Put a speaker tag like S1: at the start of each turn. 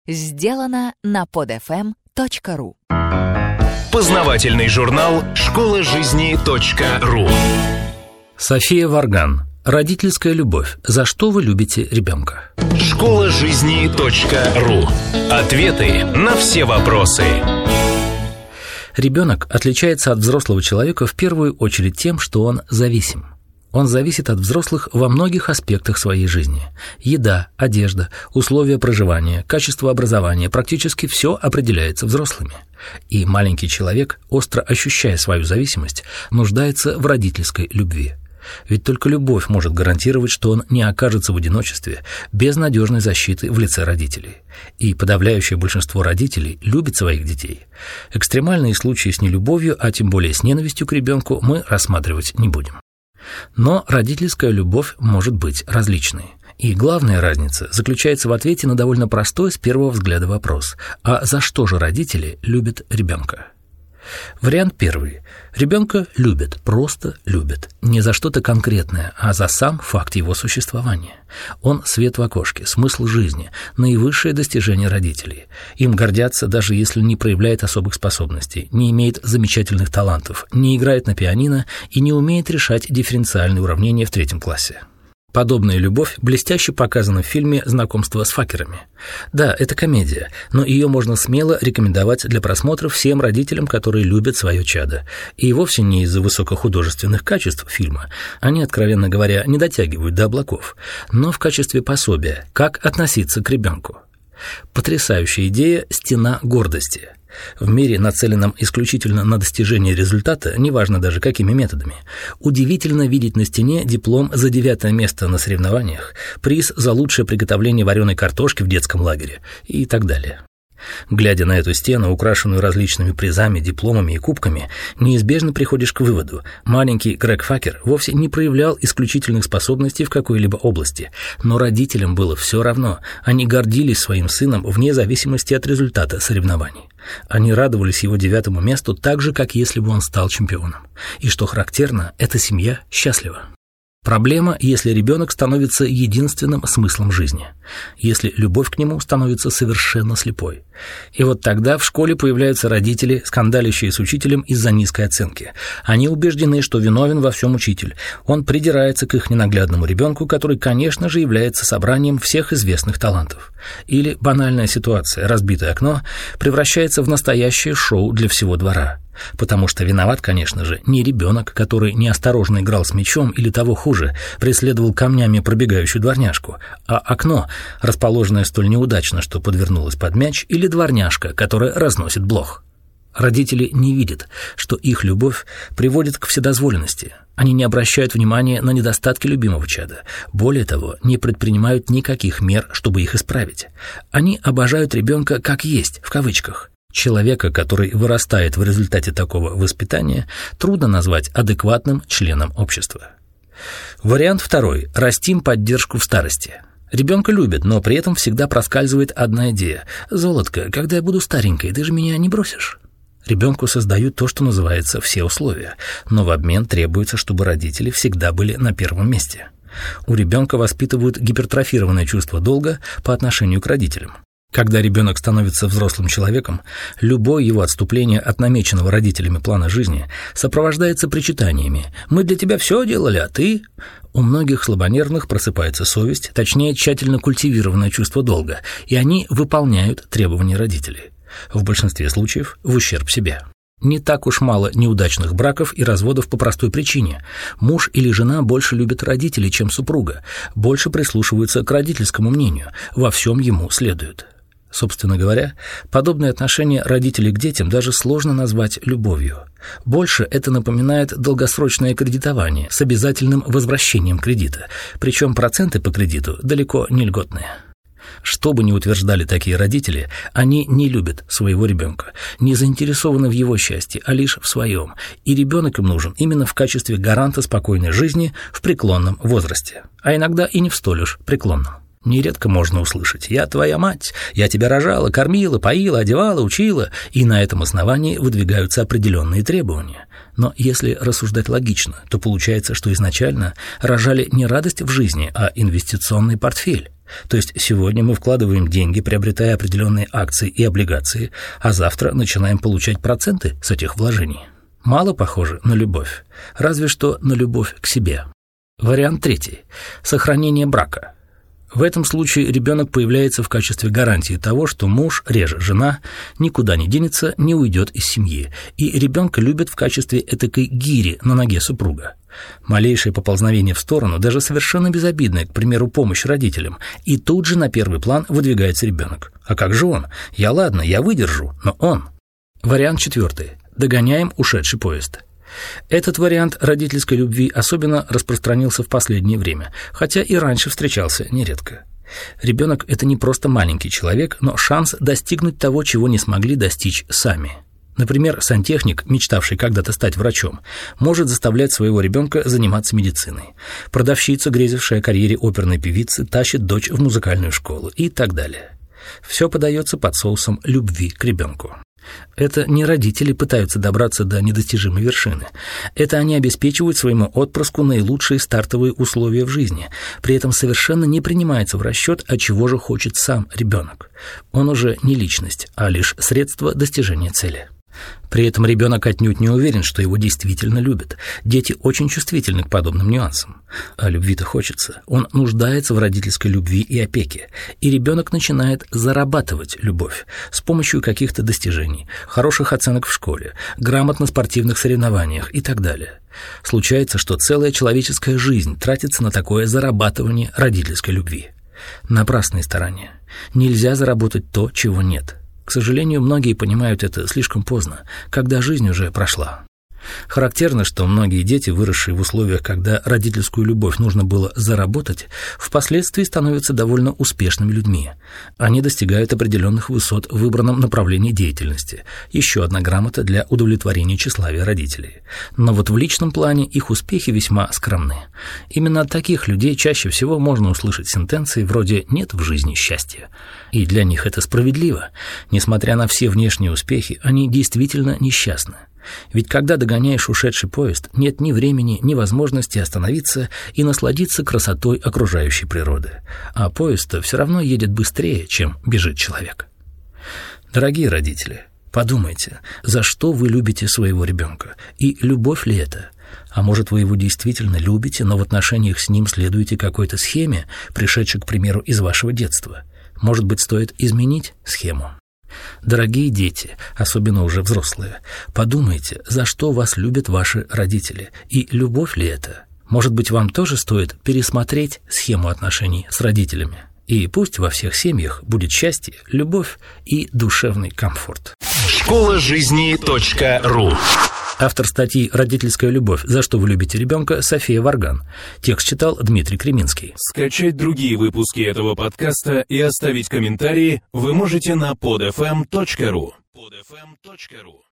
S1: Сделано на podfm.ru.
S2: Познавательный журнал «Школа жизни.ру».
S3: София Варган. Родительская любовь. За что вы любите ребенка?
S2: Школа жизни.ру. Ответы на все вопросы.
S3: Ребенок отличается от взрослого человека в первую очередь тем, что он зависим. Он зависит от взрослых во многих аспектах своей жизни. Еда, одежда, условия проживания, качество образования, практически все определяется взрослыми. И маленький человек, остро ощущая свою зависимость, нуждается в родительской любви. Ведь только любовь может гарантировать, что он не окажется в одиночестве, без надежной защиты в лице родителей. И подавляющее большинство родителей любит своих детей. Экстремальные случаи с нелюбовью, а тем более с ненавистью к ребенку, мы рассматривать не будем. Но родительская любовь может быть различной. И главная разница заключается в ответе на довольно простой с первого взгляда вопрос: а за что же родители любят ребенка? Вариант первый. Ребенка любят, просто любят. Не за что-то конкретное, а за сам факт его существования. Он свет в окошке, смысл жизни, наивысшее достижение родителей. Им гордятся, даже если не проявляет особых способностей, не имеет замечательных талантов, не играет на пианино и не умеет решать дифференциальные уравнения в 3 классе. Подобная любовь блестяще показана в фильме «Знакомство с факерами». Да, это комедия, но ее можно смело рекомендовать для просмотра всем родителям, которые любят свое чадо. И вовсе не из-за высокохудожественных качеств фильма. Они, откровенно говоря, не дотягивают до облаков, но в качестве пособия, как относиться к ребенку. Потрясающая идея «Стена гордости». В мире, нацеленном исключительно на достижение результата, неважно даже какими методами, удивительно видеть на стене диплом за 9 место на соревнованиях, приз за лучшее приготовление вареной картошки в детском лагере и так далее. Глядя на эту стену, украшенную различными призами, дипломами и кубками, неизбежно приходишь к выводу: маленький Грег Факер вовсе не проявлял исключительных способностей в какой-либо области, но родителям было все равно, они гордились своим сыном вне зависимости от результата соревнований. Они радовались его 9-му месту так же, как если бы он стал чемпионом. И что характерно, эта семья счастлива. Проблема, если ребенок становится единственным смыслом жизни, если любовь к нему становится совершенно слепой. И вот тогда в школе появляются родители, скандалящие с учителем из-за низкой оценки. Они убеждены, что виновен во всем учитель. Он придирается к их ненаглядному ребенку, который, конечно же, является собранием всех известных талантов. Или банальная ситуация: разбитое окно превращается в настоящее шоу для всего двора. Потому что виноват, конечно же, не ребенок, который неосторожно играл с мячом или, того хуже, преследовал камнями пробегающую дворняжку, а окно, расположенное столь неудачно, что подвернулось под мяч, или дворняжка, которая разносит блох. Родители не видят, что их любовь приводит к вседозволенности. Они не обращают внимания на недостатки любимого чада. Более того, не предпринимают никаких мер, чтобы их исправить. Они обожают ребенка как есть, в кавычках. Человека, который вырастает в результате такого воспитания, трудно назвать адекватным членом общества. Вариант второй. Растим поддержку в старости. Ребенка любят, но при этом всегда проскальзывает одна идея: «Золотко, когда я буду старенькой, ты же меня не бросишь». Ребенку создают то, что называется все условия, но в обмен требуется, чтобы родители всегда были на первом месте. У ребенка воспитывают гипертрофированное чувство долга по отношению к родителям. Когда ребенок становится взрослым человеком, любое его отступление от намеченного родителями плана жизни сопровождается причитаниями: «Мы для тебя все делали, а ты...» У многих слабонервных просыпается совесть, точнее, тщательно культивированное чувство долга, и они выполняют требования родителей. В большинстве случаев в ущерб себе. Не так уж мало неудачных браков и разводов по простой причине. Муж или жена больше любят родителей, чем супруга, больше прислушиваются к родительскому мнению, во всем ему следуют. Собственно говоря, подобное отношение родителей к детям даже сложно назвать любовью. Больше это напоминает долгосрочное кредитование с обязательным возвращением кредита, причем проценты по кредиту далеко не льготные. Что бы ни утверждали такие родители, они не любят своего ребенка, не заинтересованы в его счастье, а лишь в своем, и ребенок им нужен именно в качестве гаранта спокойной жизни в преклонном возрасте, а иногда и не в столь уж преклонном. Нередко можно услышать: «Я твоя мать, я тебя рожала, кормила, поила, одевала, учила», и на этом основании выдвигаются определенные требования. Но если рассуждать логично, то получается, что изначально рожали не радость в жизни, а инвестиционный портфель. То есть сегодня мы вкладываем деньги, приобретая определенные акции и облигации, а завтра начинаем получать проценты с этих вложений. Мало похоже на любовь, разве что на любовь к себе. Вариант третий – сохранение брака. В этом случае ребенок появляется в качестве гарантии того, что муж, реже жена, никуда не денется, не уйдет из семьи, и ребенка любят в качестве этакой гири на ноге супруга. Малейшее поползновение в сторону, даже совершенно безобидное, к примеру, помощь родителям, и тут же на первый план выдвигается ребенок. А как же он? Я выдержу, но он. Вариант четвертый. Догоняем ушедший поезд. Этот вариант родительской любви особенно распространился в последнее время, хотя и раньше встречался нередко. Ребенок – это не просто маленький человек, но шанс достигнуть того, чего не смогли достичь сами. Например, сантехник, мечтавший когда-то стать врачом, может заставлять своего ребенка заниматься медициной. Продавщица, грезившая о карьере оперной певицы, тащит дочь в музыкальную школу и так далее. Все подается под соусом любви к ребенку. Это не родители пытаются добраться до недостижимой вершины. Это они обеспечивают своему отпрыску наилучшие стартовые условия в жизни. При этом совершенно не принимается в расчет, а чего же хочет сам ребенок. Он уже не личность, а лишь средство достижения цели. При этом ребенок отнюдь не уверен, что его действительно любят. Дети очень чувствительны к подобным нюансам. А любви-то хочется. Он нуждается в родительской любви и опеке. И ребенок начинает зарабатывать любовь с помощью каких-то достижений, хороших оценок в школе, грамот на спортивных соревнованиях и так далее. Случается, что целая человеческая жизнь тратится на такое зарабатывание родительской любви. Напрасные старания. Нельзя заработать то, чего нет. К сожалению, многие понимают это слишком поздно, когда жизнь уже прошла. Характерно, что многие дети, выросшие в условиях, когда родительскую любовь нужно было заработать, впоследствии становятся довольно успешными людьми. Они достигают определенных высот в выбранном направлении деятельности. Еще одна грамота для удовлетворения тщеславия родителей. Но вот в личном плане их успехи весьма скромны. Именно от таких людей чаще всего можно услышать сентенции вроде «нет в жизни счастья». И для них это справедливо. Несмотря на все внешние успехи, они действительно несчастны. Ведь когда догоняешь ушедший поезд, нет ни времени, ни возможности остановиться и насладиться красотой окружающей природы. А поезд-то все равно едет быстрее, чем бежит человек. Дорогие родители, подумайте, за что вы любите своего ребенка, и любовь ли это? А может, вы его действительно любите, но в отношениях с ним следуете какой-то схеме, пришедшей, к примеру, из вашего детства? Может быть, стоит изменить схему? Дорогие дети, особенно уже взрослые, подумайте, за что вас любят ваши родители, и любовь ли это? Может быть, вам тоже стоит пересмотреть схему отношений с родителями? И пусть во всех семьях будет счастье, любовь и душевный комфорт.
S2: Школажизни.ру.
S3: Автор статьи «Родительская любовь. За что вы любите ребенка» София Варган. Текст читал Дмитрий Креминский.
S2: Скачать другие выпуски этого подкаста и оставить комментарии вы можете на podfm.ru.